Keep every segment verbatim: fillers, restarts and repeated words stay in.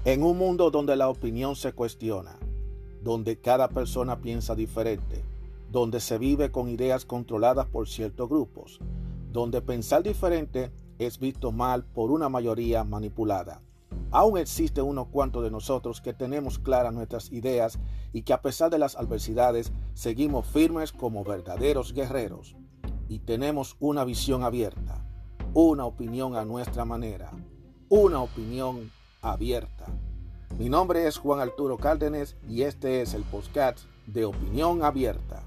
En un mundo donde la opinión se cuestiona, donde cada persona piensa diferente, donde se vive con ideas controladas por ciertos grupos, donde pensar diferente es visto mal por una mayoría manipulada, aún existe unos cuantos de nosotros que tenemos claras nuestras ideas y que a pesar de las adversidades seguimos firmes como verdaderos guerreros y tenemos una visión abierta, una opinión a nuestra manera, una opinión abierta. Mi nombre es Juan Arturo Cárdenas y este es el podcast de Opinión Abierta.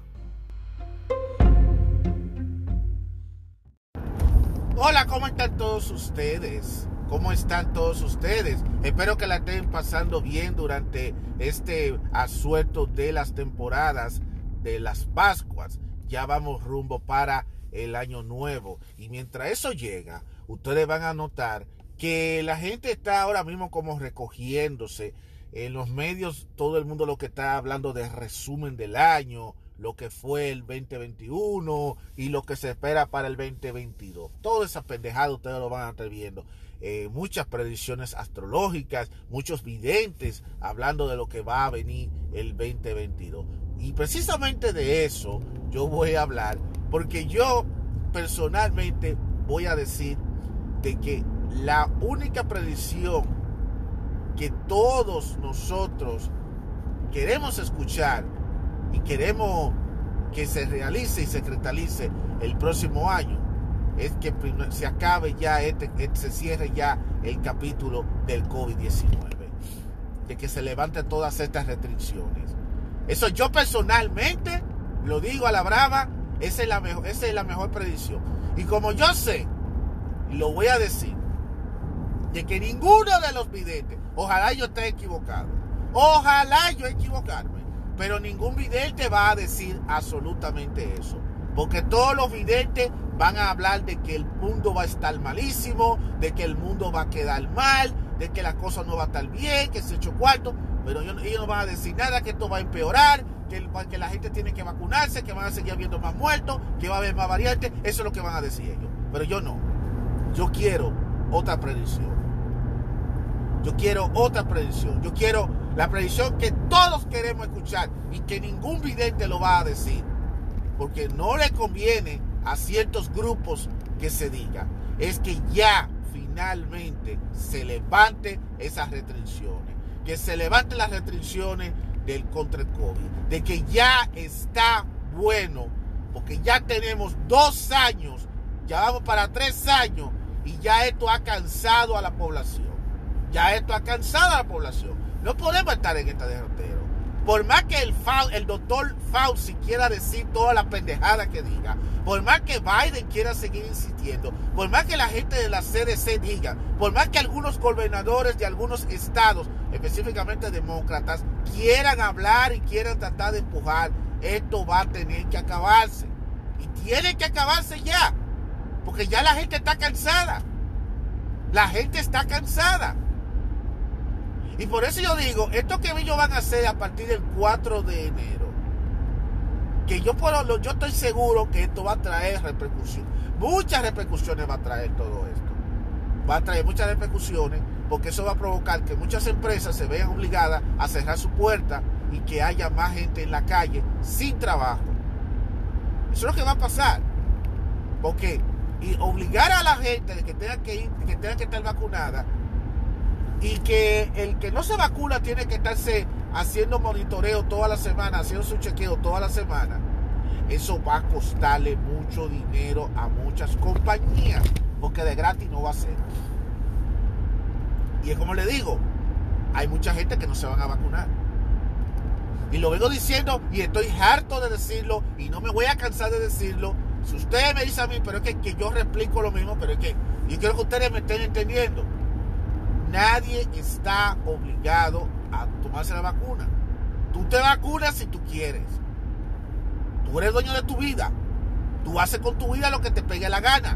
Hola, ¿cómo están todos ustedes? ¿Cómo están todos ustedes? Espero que la estén pasando bien durante este asueto de las temporadas de las Pascuas. Ya vamos rumbo para el año nuevo. Y mientras eso llega, ustedes van a notar que la gente está ahora mismo como recogiéndose. En los medios todo el mundo lo que está hablando de resumen del año, lo que fue el veinte veintiuno y lo que se espera para el veinte veintidós. Toda esa pendejada ustedes lo van a estar viendo. Eh, muchas predicciones astrológicas, muchos videntes hablando de lo que va a venir el veinte veintidós. Y precisamente de eso yo voy a hablar, porque yo personalmente voy a decir de que la única predicción que todos nosotros queremos escuchar y queremos que se realice y se cristalice el próximo año es que se acabe ya, este, se cierre ya el capítulo del COVID diecinueve, de que se levanten todas estas restricciones. Eso yo personalmente lo digo a la brava, esa es la mejor, esa es la mejor predicción. Y como yo sé, lo voy a decir, de que ninguno de los videntes, ojalá yo esté equivocado, ojalá yo equivocarme, pero ningún vidente va a decir absolutamente eso, porque todos los videntes van a hablar de que el mundo va a estar malísimo, de que el mundo va a quedar mal, de que las cosas no va a estar bien, que se echó cuarto, pero ellos, ellos no van a decir nada, que esto va a empeorar, que, el, que la gente tiene que vacunarse, que van a seguir habiendo más muertos, que va a haber más variantes. Eso es lo que van a decir ellos, pero yo no. Yo quiero otra predicción. Yo quiero otra predicción. Yo quiero la predicción que todos queremos escuchar y que ningún vidente lo va a decir, porque no le conviene a ciertos grupos que se diga. Es que ya finalmente se levante esas restricciones, que se levanten las restricciones del contra el COVID, de que ya está bueno, porque ya tenemos dos años, ya vamos para tres años y ya esto ha cansado a la población. Ya esto ha cansado a la población. No podemos estar en este derrotero. Por más que el, el doctor Fauci quiera decir toda la pendejada que diga, por más que Biden quiera seguir insistiendo, por más que la gente de la C D C diga, por más que algunos gobernadores de algunos estados, específicamente demócratas, quieran hablar y quieran tratar de empujar, esto va a tener que acabarse. Y tiene que acabarse ya, porque ya la gente está cansada. La gente está cansada. Y por eso yo digo, esto que ellos van a hacer a partir del cuatro de enero, que yo, puedo, yo estoy seguro que esto va a traer repercusiones. Muchas repercusiones va a traer todo esto. Va a traer muchas repercusiones, porque eso va a provocar que muchas empresas se vean obligadas a cerrar su puerta y que haya más gente en la calle sin trabajo. Eso es lo que va a pasar. Porque y obligar a la gente de que tengan que ir, que tengan que estar vacunada, y que el que no se vacuna tiene que estarse haciendo monitoreo toda la semana, haciendo su chequeo toda la semana, eso va a costarle mucho dinero a muchas compañías, porque de gratis no va a ser. Y es como le digo, hay mucha gente que no se van a vacunar. Y lo vengo diciendo y estoy harto de decirlo y no me voy a cansar de decirlo. Si ustedes me dicen a mí, pero es que, que yo replico lo mismo, pero es que yo quiero que ustedes me estén entendiendo. Nadie está obligado a tomarse la vacuna. Tú te vacunas si tú quieres. Tú eres dueño de tu vida. Tú haces con tu vida lo que te pegue la gana.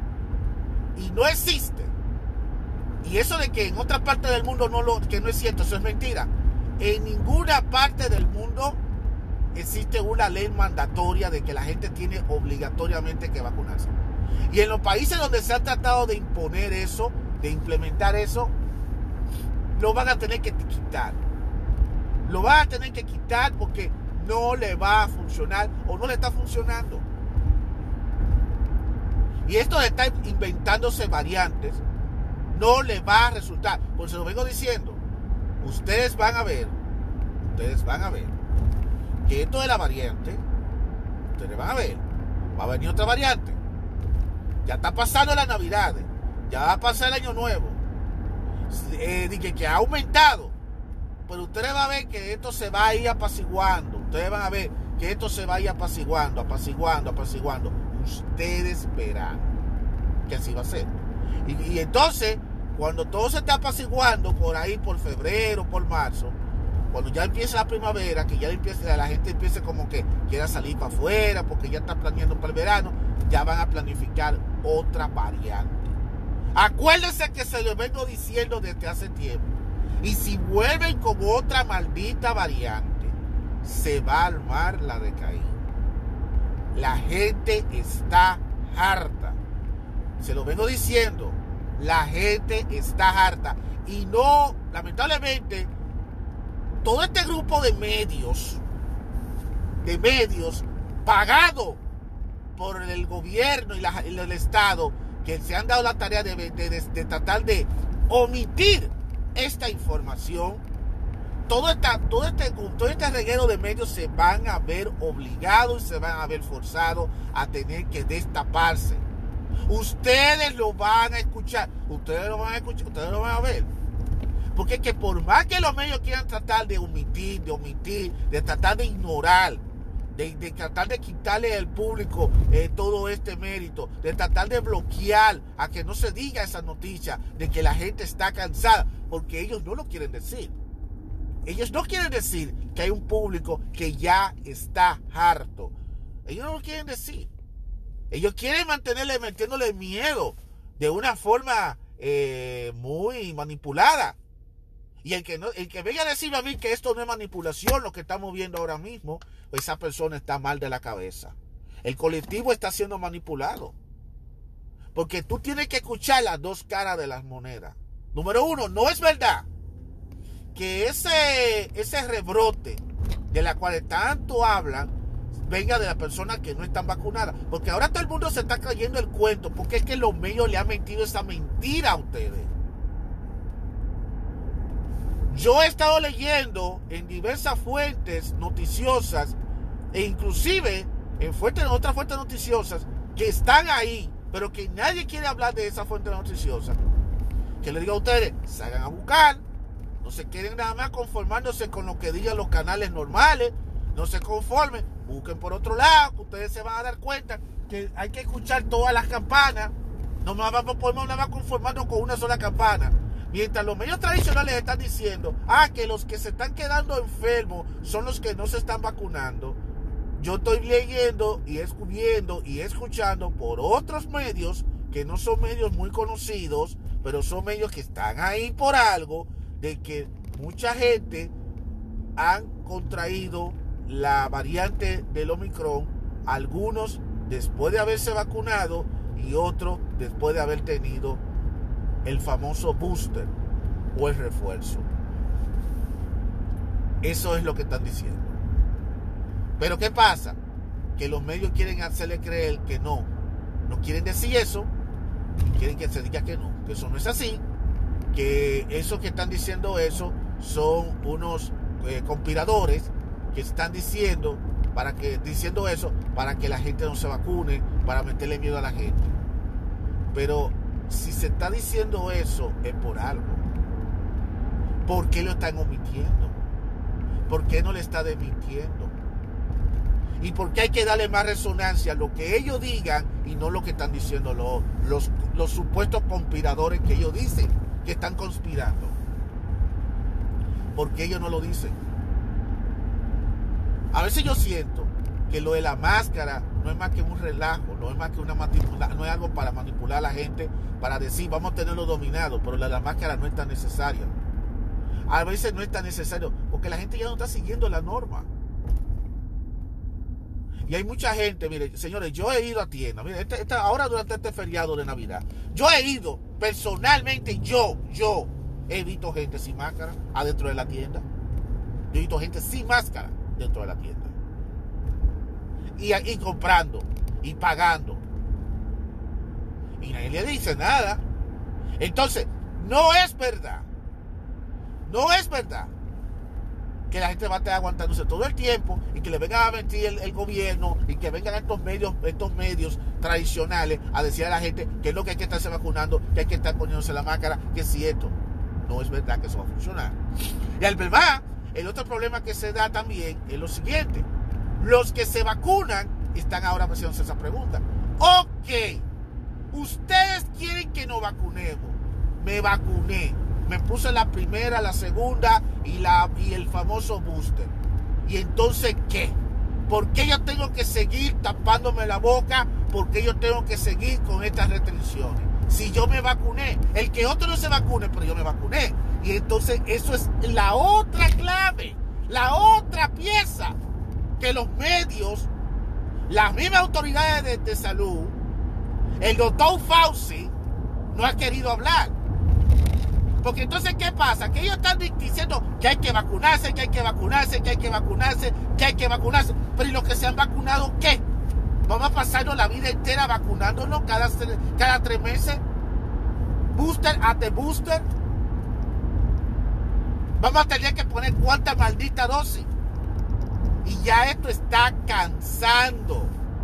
Y no existe. Y eso de que en otra parte del mundo no lo, que no es cierto, eso es mentira. En ninguna parte del mundo existe una ley mandatoria de que la gente tiene obligatoriamente que vacunarse. Y en los países donde se ha tratado de imponer eso, de implementar eso, lo van a tener que quitar. Lo van a tener que quitar porque no le va a funcionar o no le está funcionando. Y esto de estar inventándose variantes no le va a resultar. Pues se lo vengo diciendo. Ustedes van a ver, ustedes van a ver que esto de la variante, ustedes van a ver, va a venir otra variante. Ya está pasando las Navidades, ya va a pasar el Año Nuevo. Eh, dije que ha aumentado, pero ustedes van a ver que esto se va a ir apaciguando. Ustedes van a ver que esto se va a ir apaciguando, apaciguando, apaciguando. Ustedes verán que así va a ser. Y, y entonces, cuando todo se está apaciguando por ahí, por febrero, por marzo, cuando ya empieza la primavera, que ya empieza, la gente empieza como que quiera salir para afuera, porque ya está planeando para el verano, ya van a planificar otra variante. Acuérdense que se lo vengo diciendo desde hace tiempo. Y si vuelven con otra maldita variante, se va a armar la recaída. La gente está harta. Se lo vengo diciendo. La gente está harta. Y no, lamentablemente, todo este grupo de medios, de medios, pagado por el gobierno y, la, y el Estado, que se han dado la tarea de, de, de, de tratar de omitir esta información, todo, esta, todo, este, todo este reguero de medios se van a ver obligados y se van a ver forzados a tener que destaparse. Ustedes lo van a escuchar, ustedes lo van a escuchar, ustedes lo van a ver. Porque es que por más que los medios quieran tratar de omitir, de omitir, de tratar de ignorar, de, de tratar de quitarle al público eh, todo este mérito, de tratar de bloquear a que no se diga esa noticia de que la gente está cansada, porque ellos no lo quieren decir. Ellos no quieren decir que hay un público que ya está harto. Ellos no lo quieren decir. Ellos quieren mantenerle, metiéndole miedo de una forma eh, muy manipulada. Y el que, no, el que venga a decirme a mí que esto no es manipulación, lo que estamos viendo ahora mismo, esa persona está mal de la cabeza. El colectivo está siendo manipulado. Porque tú tienes que escuchar las dos caras de las monedas. Número uno, no es verdad que ese, ese rebrote de la cual tanto hablan venga de las personas que no están vacunadas. Porque ahora todo el mundo se está creyendo el cuento, porque es que los medios le han mentido esa mentira a ustedes. Yo he estado leyendo en diversas fuentes noticiosas e inclusive en fuentes, en otras fuentes noticiosas que están ahí, pero que nadie quiere hablar de esa fuente noticiosa. Que les digo a ustedes, salgan a buscar, no se queden nada más conformándose con lo que digan los canales normales, no se conformen, busquen por otro lado, que ustedes se van a dar cuenta que hay que escuchar todas las campanas, no nos podemos nada más conformarnos con una sola campana. Mientras los medios tradicionales están diciendo, ah, que los que se están quedando enfermos son los que no se están vacunando, yo estoy leyendo y escuchando y escuchando por otros medios que no son medios muy conocidos, pero son medios que están ahí por algo, de que mucha gente han contraído la variante del Omicron, algunos después de haberse vacunado y otros después de haber tenido el famoso booster o el refuerzo. Eso es lo que están diciendo. Pero ¿qué pasa? Que los medios quieren hacerle creer que no. No quieren decir eso. Y quieren que se diga que no. Que eso no es así. Que esos que están diciendo eso son unos eh, conspiradores que están diciendo para que diciendo eso para que la gente no se vacune, para meterle miedo a la gente. Pero si se está diciendo eso es por algo. ¿Por qué lo están omitiendo? ¿Por qué no le está desmintiendo? ¿Y por qué hay que darle más resonancia a lo que ellos digan y no lo que están diciendo los, los, los supuestos conspiradores que ellos dicen que están conspirando? ¿Por qué ellos no lo dicen? A veces yo siento que lo de la máscara no es más que un relajo, no es más que una manipula, no es algo para manipular a la gente, para decir vamos a tenerlo dominado, pero la, la máscara no es tan necesaria. A veces no es tan necesario, porque la gente ya no está siguiendo la norma. Y hay mucha gente, mire, señores, yo he ido a tiendas, mire, este, este, ahora durante este feriado de Navidad, yo he ido personalmente, yo, yo, he visto gente sin máscara adentro de la tienda. Yo he visto gente sin máscara dentro de la tienda. Y, y comprando y pagando. Y nadie le dice nada. Entonces, no es verdad. No es verdad que la gente va a estar aguantándose todo el tiempo y que le vengan a mentir el, el gobierno y que vengan estos medios, estos medios tradicionales a decir a la gente que es lo que hay que estarse vacunando, que hay que estar poniéndose la máscara, que es cierto. No es verdad que eso va a funcionar. Y al verdad, el otro problema que se da también es lo siguiente. Los que se vacunan están ahora haciéndose esa pregunta. Ok, ustedes quieren que nos vacunemos. Me vacuné. Me puse la primera, la segunda y, la, y el famoso booster. ¿Y entonces qué? ¿Por qué yo tengo que seguir tapándome la boca? ¿Por qué yo tengo que seguir con estas restricciones? Si yo me vacuné, el que otro no se vacune, pero yo me vacuné. Y entonces eso es la otra clave, la otra pieza que los medios, las mismas autoridades de, de salud, el doctor Fauci no ha querido hablar. Porque entonces, ¿qué pasa? Que ellos están diciendo que hay que vacunarse, que hay que vacunarse, que hay que vacunarse, que hay que vacunarse. Pero ¿y los que se han vacunado qué? Vamos a pasarnos la vida entera vacunándonos cada, cada tres meses. Booster ante booster. Vamos a tener que poner cuánta maldita dosis. Y ya esto está cansando.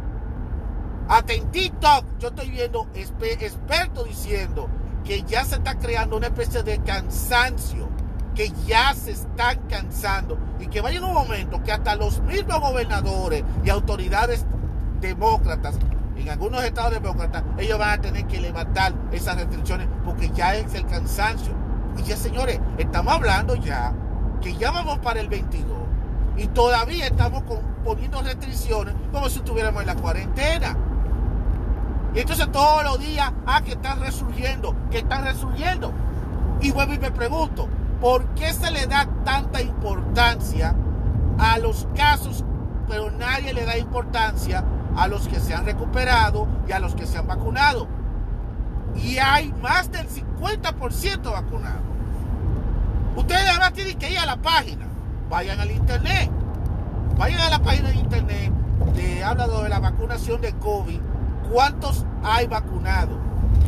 Hasta en TikTok yo estoy viendo expertos diciendo que ya se está creando una especie de cansancio, que ya se están cansando y que va a llegar un momento que hasta los mismos gobernadores y autoridades demócratas, en algunos estados demócratas, ellos van a tener que levantar esas restricciones porque ya es el cansancio. Y ya, señores, estamos hablando ya que ya vamos para el veintidós y todavía estamos con, poniendo restricciones como si estuviéramos en la cuarentena. Y entonces todos los días, ah, que están resurgiendo, que están resurgiendo. Y vuelvo y me pregunto, ¿por qué se le da tanta importancia a los casos, pero nadie le da importancia a los que se han recuperado y a los que se han vacunado? Y hay más del cincuenta por ciento vacunados. Ustedes además tienen que ir a la página, vayan al internet, vayan a la página de internet de habla de la vacunación de COVID. ¿Cuántos hay vacunados?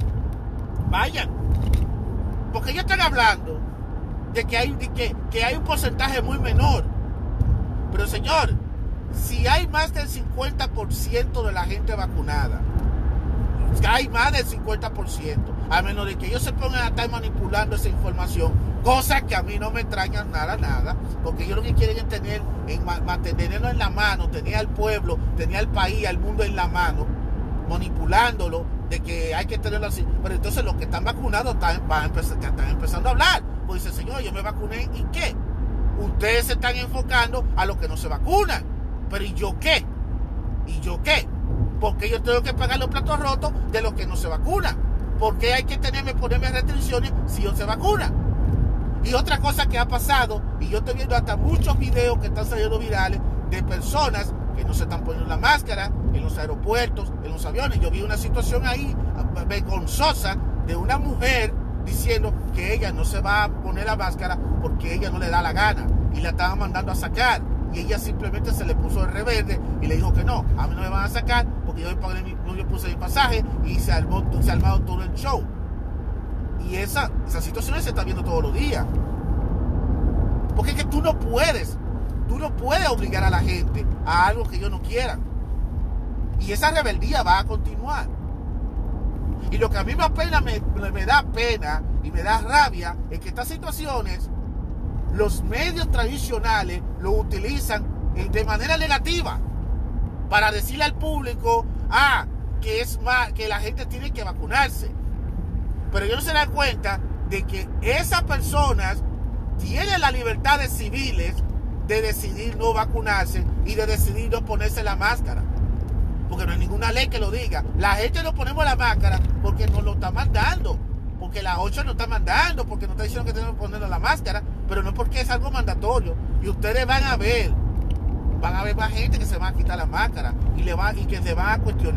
Vayan. Porque ellos están hablando de que hay, de que, que hay un porcentaje muy menor. Pero señor, si hay más del cincuenta por ciento de la gente vacunada, hay más del cincuenta por ciento, a menos de que ellos se pongan a estar manipulando esa información, cosa que a mí no me extraña nada, nada, porque ellos lo que quieren es tener, en, mantenerlo en la mano, tener al pueblo, tener al país, al mundo en la mano, manipulándolo, de que hay que tenerlo así. Pero entonces los que están vacunados están, van a empezar, están empezando a hablar. Pues dice, señor, yo me vacuné, ¿y qué? Ustedes se están enfocando a los que no se vacunan. Pero ¿y yo qué? ¿Y yo qué? Porque yo tengo que pagar los platos rotos de los que no se vacunan. ¿Por qué hay que tenerme, ponerme restricciones si yo se vacuna? Y otra cosa que ha pasado, y yo estoy viendo hasta muchos videos que están saliendo virales de personas que no se están poniendo la máscara en los aeropuertos, en los aviones. Yo vi una situación ahí vergonzosa de una mujer diciendo que ella no se va a poner la máscara porque ella no le da la gana y la estaban mandando a sacar. Y ella simplemente se le puso el reverde y le dijo que no, a mí no me van a sacar porque yo, pagué mi, yo puse mi pasaje y se armó, se armado todo el show. Y esa, esa situación se está viendo todos los días. Porque es que tú no puedes, tú no puedes obligar a la gente a algo que ellos no quieran. Y esa rebeldía va a continuar. Y lo que a mí me, pena, me, me da pena y me da rabia es que estas situaciones los medios tradicionales lo utilizan de manera negativa para decirle al público, ah, que es más, que la gente tiene que vacunarse. Pero ellos no se dan cuenta de que esas personas tienen las libertades civiles de decidir no vacunarse y de decidir no ponerse la máscara. Porque no hay ninguna ley que lo diga. La gente no ponemos la máscara porque nos lo está mandando. Porque la ocho nos está mandando, porque nos está diciendo que tenemos que ponernos la máscara, pero no porque es algo mandatorio. Y ustedes van a ver, van a ver más gente que se va a quitar la máscara y, le va, y que se van a cuestionar.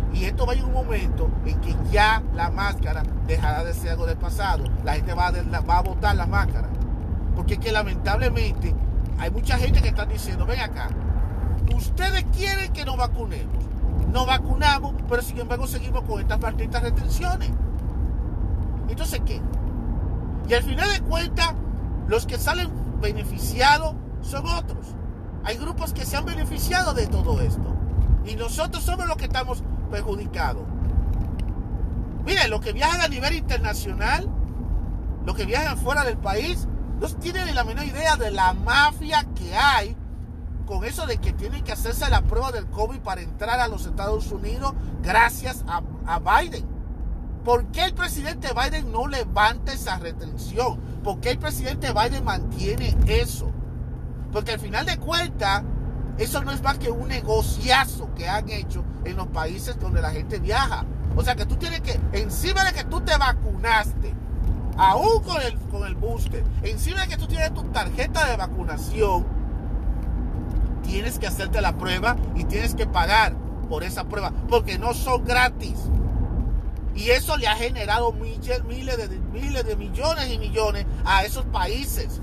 Y esto va a llegar un momento en que ya la máscara dejará de ser algo del pasado. La gente va a, va a botar la máscara. Porque es que lamentablemente hay mucha gente que está diciendo, ven acá, ustedes quieren que nos vacunemos. Nos vacunamos, pero sin embargo seguimos con estas malditas restricciones. Entonces, ¿qué? Y al final de cuentas, los que salen beneficiados son otros. Hay grupos que se han beneficiado de todo esto. Y nosotros somos los que estamos perjudicados. Miren, los que viajan a nivel internacional, los que viajan fuera del país, no tienen ni la menor idea de la mafia que hay con eso de que tienen que hacerse la prueba del COVID para entrar a los Estados Unidos gracias a, a Biden. ¿Por qué el presidente Biden no levanta esa restricción? ¿Por qué el presidente Biden mantiene eso? Porque al final de cuentas, eso no es más que un negociazo que han hecho en los países donde la gente viaja. O sea que tú tienes que, encima de que tú te vacunaste, aún con el, con el booster, encima de que tú tienes tu tarjeta de vacunación, tienes que hacerte la prueba y tienes que pagar por esa prueba, porque no son gratis. Y eso le ha generado miles, miles, de, miles de millones y millones a esos países.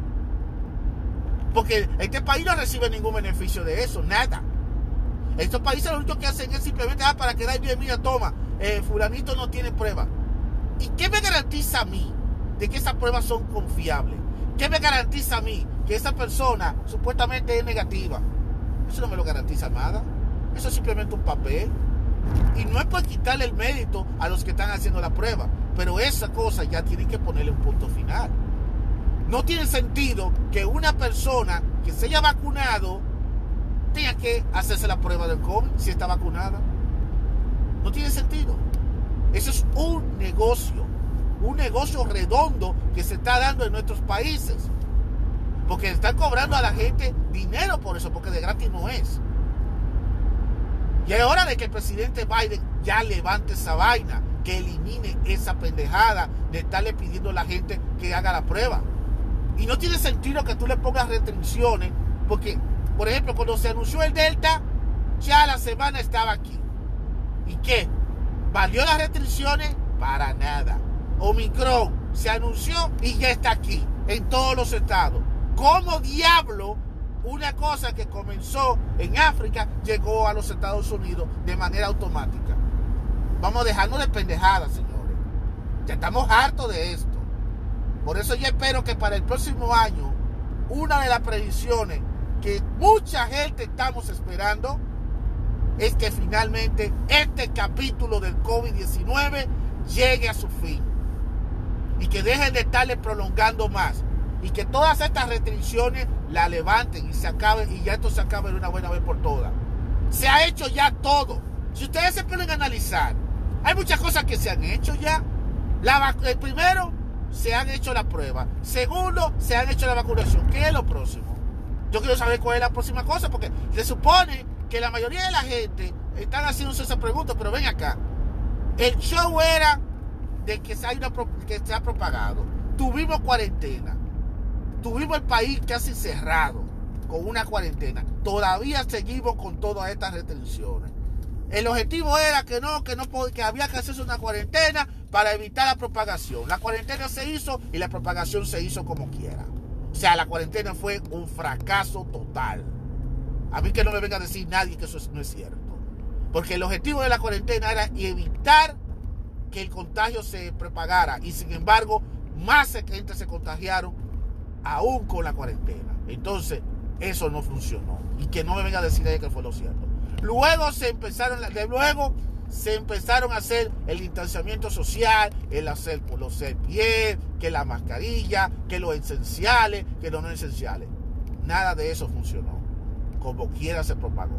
Porque este país no recibe ningún beneficio de eso, nada. Estos países lo único que hacen es simplemente, ah, para quedar bien, mira, toma, eh, fulanito no tiene prueba. ¿Y qué me garantiza a mí de que esas pruebas son confiables? ¿Qué me garantiza a mí que esa persona supuestamente es negativa? Eso no me lo garantiza nada. Eso es simplemente un papel. Y no es por quitarle el mérito a los que están haciendo la prueba, pero esa cosa ya tienen que ponerle un punto final. No tiene sentido que una persona que se haya vacunado tenga que hacerse la prueba del COVID si está vacunada. No tiene sentido. Eso es un negocio, un negocio redondo que se está dando en nuestros países. Porque están cobrando a la gente dinero por eso, porque de gratis no es. Y es hora de que el presidente Biden ya levante esa vaina, que elimine esa pendejada de estarle pidiendo a la gente que haga la prueba. Y no tiene sentido que tú le pongas restricciones, porque, por ejemplo, cuando se anunció el Delta, ya la semana estaba aquí. ¿Y qué? ¿Valió las restricciones? Para nada. Omicron se anunció y ya está aquí, en todos los estados. ¿Cómo diablo una cosa que comenzó en África llegó a los Estados Unidos de manera automática? Vamos a dejarnos de pendejadas, señores. Ya estamos hartos de esto. Por eso yo espero que para el próximo año, una de las predicciones que mucha gente estamos esperando es que finalmente este capítulo del COVID diecinueve llegue a su fin. Y que dejen de estarle prolongando más. Y que todas estas restricciones la levanten y se acabe, y ya esto se acabe de una buena vez por todas. Se ha hecho ya todo. Si ustedes se pueden analizar, hay muchas cosas que se han hecho ya. La, el primero, se han hecho la prueba. Segundo, se han hecho la vacunación. ¿Qué es lo próximo? Yo quiero saber cuál es la próxima cosa, porque se supone que la mayoría de la gente están haciéndose esa pregunta, pero ven acá. El show era de que se, hay una, que se ha propagado. Tuvimos cuarentena. Tuvimos el país casi cerrado, con una cuarentena. Todavía seguimos con todas estas restricciones. El objetivo era que no, que no, que había que hacerse una cuarentena para evitar la propagación. La cuarentena se hizo y la propagación se hizo como quiera. O sea, la cuarentena fue un fracaso total. A mí que no me venga a decir nadie que eso no es cierto. Porque el objetivo de la cuarentena era evitar que el contagio se propagara. Y sin embargo, más gente se contagiaron aún con la cuarentena. Entonces, eso no funcionó. Y que no me venga a decir nadie que fue lo cierto. Luego se empezaron, de luego se empezaron a hacer el distanciamiento social, el hacer los el pie, que la mascarilla, que los esenciales, que los no esenciales. Nada de eso funcionó. Como quiera se propagó.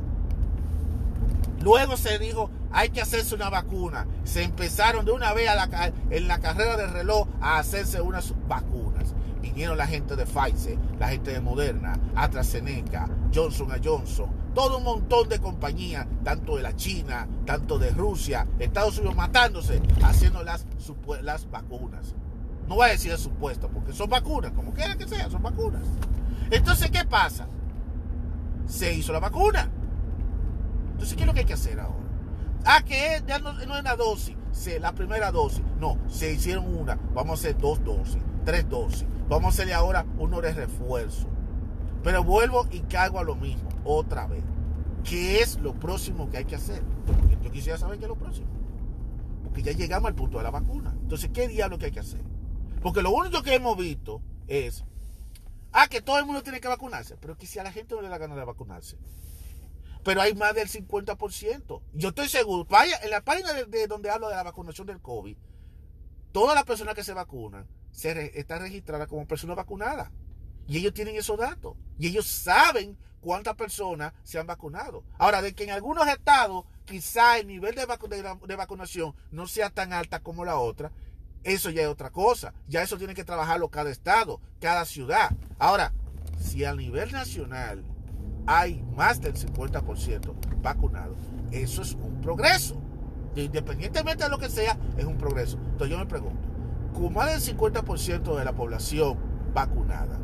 Luego se dijo, hay que hacerse una vacuna. Se empezaron de una vez a la, en la carrera del reloj a hacerse unas vacunas. Vinieron la gente de Pfizer, la gente de Moderna, AstraZeneca, Johnson and Johnson, todo un montón de compañías, tanto de la China, tanto de Rusia, Estados Unidos matándose, haciendo las, las vacunas. No voy a decir el supuesto, porque son vacunas, como quiera que sea, son vacunas. Entonces, ¿qué pasa? Se hizo la vacuna. Entonces, ¿qué es lo que hay que hacer ahora? Ah, que ya no, no es una dosis, se, la primera dosis. No, se hicieron una, vamos a hacer dos dosis, tres dosis. Vamos a hacerle ahora uno de refuerzo. Pero vuelvo y caigo a lo mismo, otra vez. ¿Qué es lo próximo que hay que hacer? Porque yo quisiera saber qué es lo próximo. Porque ya llegamos al punto de la vacuna. Entonces, ¿qué diablo que hay que hacer? Porque lo único que hemos visto es, ah, que todo el mundo tiene que vacunarse. Pero que si a la gente no le da ganas de vacunarse. Pero hay más del cincuenta por ciento. Yo estoy seguro, vaya, en la página de, de donde hablo de la vacunación del COVID, todas las personas que se vacunan se re, están registradas como personas vacunadas. Y ellos tienen esos datos. Y ellos saben cuántas personas se han vacunado. Ahora, de que en algunos estados quizá el nivel de, vacu de, de vacunación no sea tan alta como la otra, eso ya es otra cosa. Ya eso tiene que trabajarlo cada estado, cada ciudad. Ahora, si a nivel nacional hay más del cincuenta por ciento vacunados, eso es un progreso. Independientemente de lo que sea, es un progreso. Entonces yo me pregunto, con más del cincuenta por ciento de la población vacunada,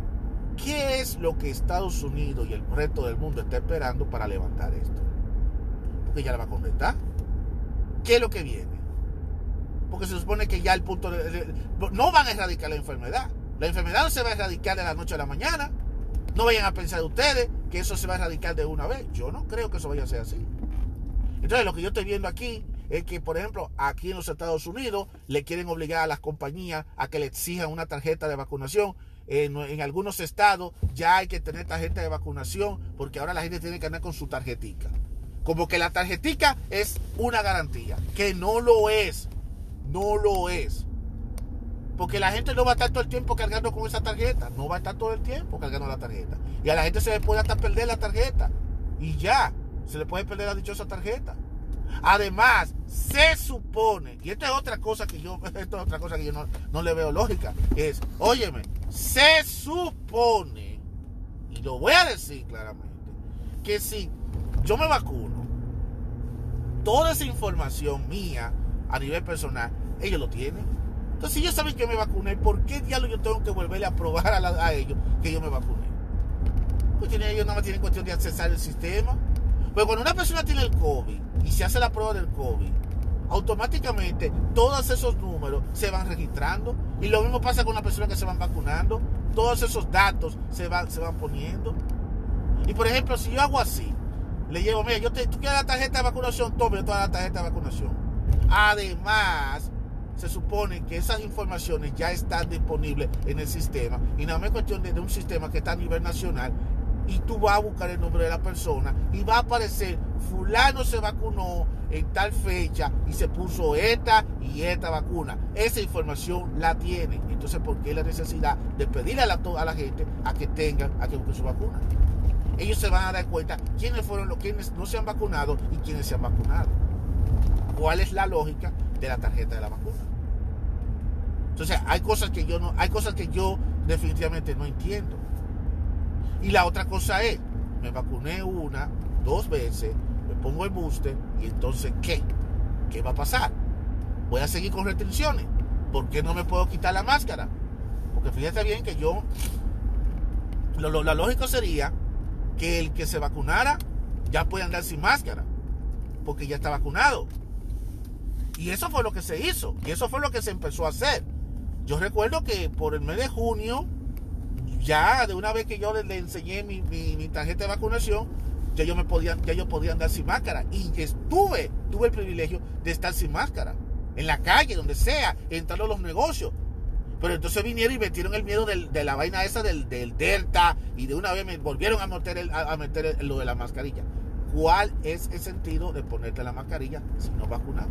¿qué es lo que Estados Unidos y el resto del mundo está esperando para levantar esto? Porque ya la vacuna está. ¿Qué es lo que viene? Porque se supone que ya el punto de, de, no van a erradicar la enfermedad. La enfermedad no se va a erradicar de la noche a la mañana. No vayan a pensar ustedes que eso se va a erradicar de una vez. Yo no creo que eso vaya a ser así. Entonces lo que yo estoy viendo aquí es que, por ejemplo, aquí en los Estados Unidos le quieren obligar a las compañías a que le exijan una tarjeta de vacunación. En, en algunos estados ya hay que tener tarjeta de vacunación porque ahora la gente tiene que andar con su tarjetica. Como que la tarjetica es una garantía, que no lo es. No lo es. Porque la gente no va a estar todo el tiempo cargando con esa tarjeta. No va a estar todo el tiempo cargando la tarjeta. Y a la gente se le puede hasta perder la tarjeta. Y ya, se le puede perder la dichosa tarjeta. Además, se supone, y esta es otra cosa que yo, esta es otra cosa que yo no, no le veo lógica, es, óyeme, se supone, y lo voy a decir claramente, que si yo me vacuno, toda esa información mía a nivel personal, ellos lo tienen. Entonces, si ellos saben que me vacuné, ¿por qué diablos yo tengo que volverle a probar a, la, a ellos que yo me vacuné? Pues tienen, ellos nada más tienen cuestión de accesar el sistema. Pero cuando una persona tiene el COVID y se hace la prueba del COVID, automáticamente todos esos números se van registrando. Y lo mismo pasa con las personas que se van vacunando. Todos esos datos se van, se van poniendo. Y por ejemplo, si yo hago así, le llevo, mira, yo te, tú quieres la tarjeta de vacunación, tome toda la tarjeta de vacunación. Además, se supone que esas informaciones ya están disponibles en el sistema. Y nada más es cuestión de, de un sistema que está a nivel nacional. Y tú vas a buscar el nombre de la persona y va a aparecer, fulano se vacunó en tal fecha y se puso esta y esta vacuna. Esa información la tienen. Entonces, ¿por qué la necesidad de pedirle a la, a la gente a que tengan, a que busquen su vacuna? Ellos se van a dar cuenta quiénes fueron los quienes no se han vacunado y quiénes se han vacunado. ¿Cuál es la lógica de la tarjeta de la vacuna? Entonces, hay cosas que yo no, hay cosas que yo definitivamente no entiendo. Y la otra cosa es, me vacuné una, dos veces, me pongo el booster y entonces, ¿qué? ¿Qué va a pasar? ¿Voy a seguir con restricciones? ¿Por qué no me puedo quitar la máscara? Porque fíjate bien que yo, lo, lo, la lógica sería que el que se vacunara ya puede andar sin máscara, porque ya está vacunado. Y eso fue lo que se hizo, y eso fue lo que se empezó a hacer. Yo recuerdo que por el mes de junio, ya de una vez que yo le, le enseñé mi, mi, mi tarjeta de vacunación, ya yo me podía, ya yo podía andar sin máscara. Y estuve, tuve el privilegio de estar sin máscara. En la calle, donde sea, entrando a los negocios. Pero entonces vinieron y metieron el miedo del, de la vaina esa del, del Delta. Y de una vez me volvieron a meter, el, a meter el, lo de la mascarilla. ¿Cuál es el sentido de ponerte la mascarilla si no vacunamos?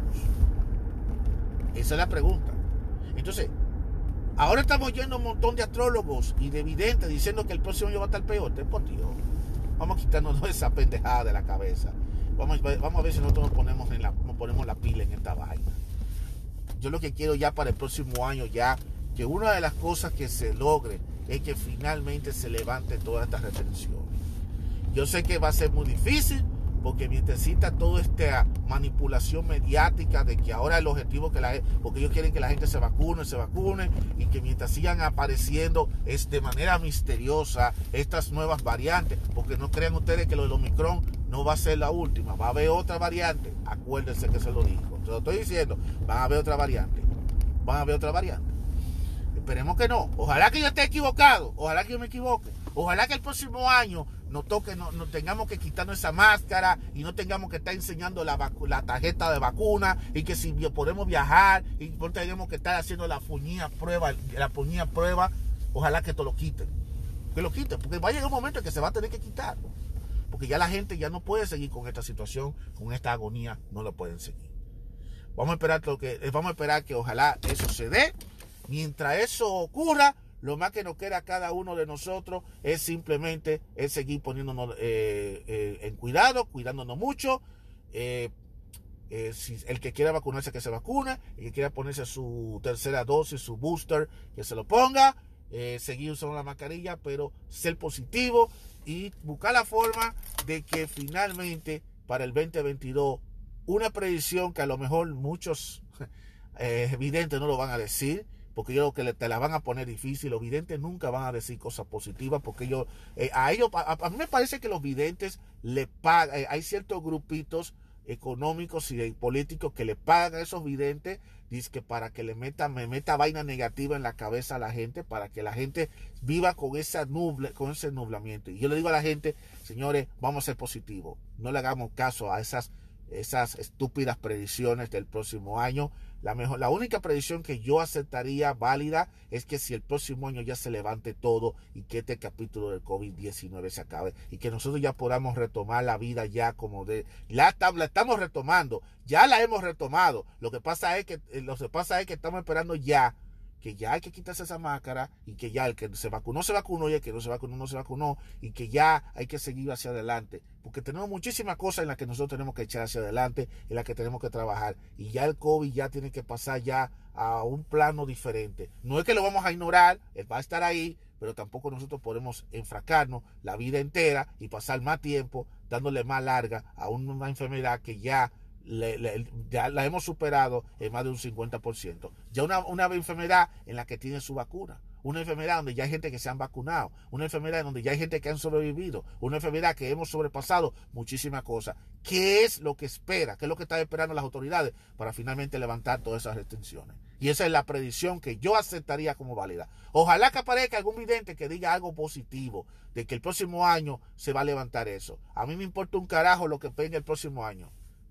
Esa es la pregunta. Entonces, ahora estamos yendo un montón de astrólogos y de videntes diciendo que el próximo año va a estar peor. Por Dios, vamos a quitarnos esa pendejada de la cabeza. Vamos, vamos a ver si nosotros nos ponemos, en la, nos ponemos la pila en esta vaina. Yo lo que quiero ya para el próximo año, ya que una de las cosas que se logre es que finalmente se levante todas estas restricciones. Yo sé que va a ser muy difícil, porque mientras exista toda esta manipulación mediática de que ahora el objetivo que la gente, porque ellos quieren que la gente se vacune, se vacune, y que mientras sigan apareciendo es de manera misteriosa estas nuevas variantes, porque no crean ustedes que lo del Omicron no va a ser la última, va a haber otra variante, acuérdense que se lo dijo, se lo estoy diciendo, van a haber otra variante, van a haber otra variante. Esperemos que no, ojalá que yo esté equivocado, ojalá que yo me equivoque, ojalá que el próximo año nos toque, no, no tengamos que quitarnos esa máscara y no tengamos que estar enseñando la, vacu la tarjeta de vacuna, y que si podemos viajar y no tenemos que estar haciendo la puñía prueba, la puñía prueba, ojalá que esto lo quiten, que lo quiten, porque va a llegar un momento en que se va a tener que quitar, porque ya la gente ya no puede seguir con esta situación, con esta agonía, no lo pueden seguir. Vamos a esperar lo que, vamos a esperar que ojalá eso se dé. Mientras eso ocurra, lo más que nos queda a cada uno de nosotros es simplemente es seguir poniéndonos eh, eh, en cuidado, cuidándonos mucho. Eh, eh, si el que quiera vacunarse, que se vacune. El que quiera ponerse su tercera dosis, su booster, que se lo ponga. Eh, seguir usando la mascarilla, pero ser positivo y buscar la forma de que finalmente para el veinte veintidós, una predicción que a lo mejor muchos eh, videntes no lo van a decir, porque ellos que te la van a poner difícil. Los videntes nunca van a decir cosas positivas, porque ellos, eh, a ellos, a, a mí me parece que los videntes le pagan, eh, hay ciertos grupitos económicos y políticos que le pagan a esos videntes, dice que para que le meta, me meta vaina negativa en la cabeza a la gente, para que la gente viva con esa nuble, con ese nublamiento. Y yo le digo a la gente, señores, vamos a ser positivos, no le hagamos caso a esas esas estúpidas predicciones del próximo año. La mejor, la única predicción que yo aceptaría válida es que si el próximo año ya se levante todo y que este capítulo del COVID diecinueve se acabe y que nosotros ya podamos retomar la vida ya como de, la, la estamos retomando, ya la hemos retomado. Lo que pasa es que, lo que pasa es que estamos esperando ya que ya hay que quitarse esa máscara, y que ya el que se vacunó se vacunó y el que no se vacunó no se vacunó, y que ya hay que seguir hacia adelante, porque tenemos muchísimas cosas en las que nosotros tenemos que echar hacia adelante, en las que tenemos que trabajar, y ya el COVID ya tiene que pasar ya a un plano diferente. No es que lo vamos a ignorar, él va a estar ahí, pero tampoco nosotros podemos enfracarnos la vida entera y pasar más tiempo dándole más larga a una enfermedad que ya Le, le, ya la hemos superado en más de un cincuenta por ciento. Ya una, una enfermedad en la que tiene su vacuna, una enfermedad donde ya hay gente que se han vacunado, una enfermedad donde ya hay gente que han sobrevivido, una enfermedad que hemos sobrepasado muchísimas cosas. ¿Qué es lo que espera? ¿Qué es lo que están esperando las autoridades para finalmente levantar todas esas restricciones? Y esa es la predicción que yo aceptaría como válida. Ojalá que aparezca algún vidente que diga algo positivo, de que el próximo año se va a levantar eso. A mí me importa un carajo lo que venga el próximo año,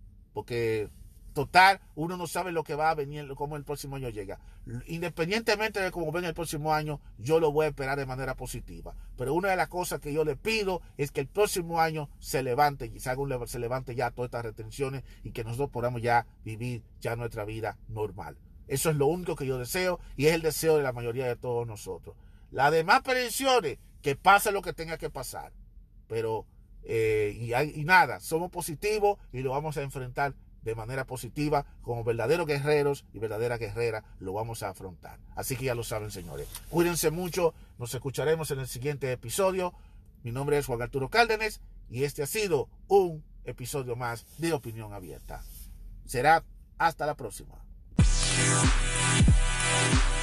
porque total, uno no sabe lo que va a venir, cómo el próximo año llega. Independientemente de cómo venga el próximo año, yo lo voy a esperar de manera positiva. Pero una de las cosas que yo le pido es que el próximo año se levante, y se levante ya todas estas restricciones, y que nosotros podamos ya vivir ya nuestra vida normal. Eso es lo único que yo deseo, y es el deseo de la mayoría de todos nosotros. Las demás predicciones, que pase lo que tenga que pasar. Pero Eh, y, hay, y nada, somos positivos y lo vamos a enfrentar de manera positiva, como verdaderos guerreros y verdaderas guerreras lo vamos a afrontar. Así que ya lo saben, señores, cuídense mucho, nos escucharemos en el siguiente episodio. Mi nombre es Juan Arturo Cárdenas y este ha sido un episodio más de Opinión Abierta. Será hasta la próxima.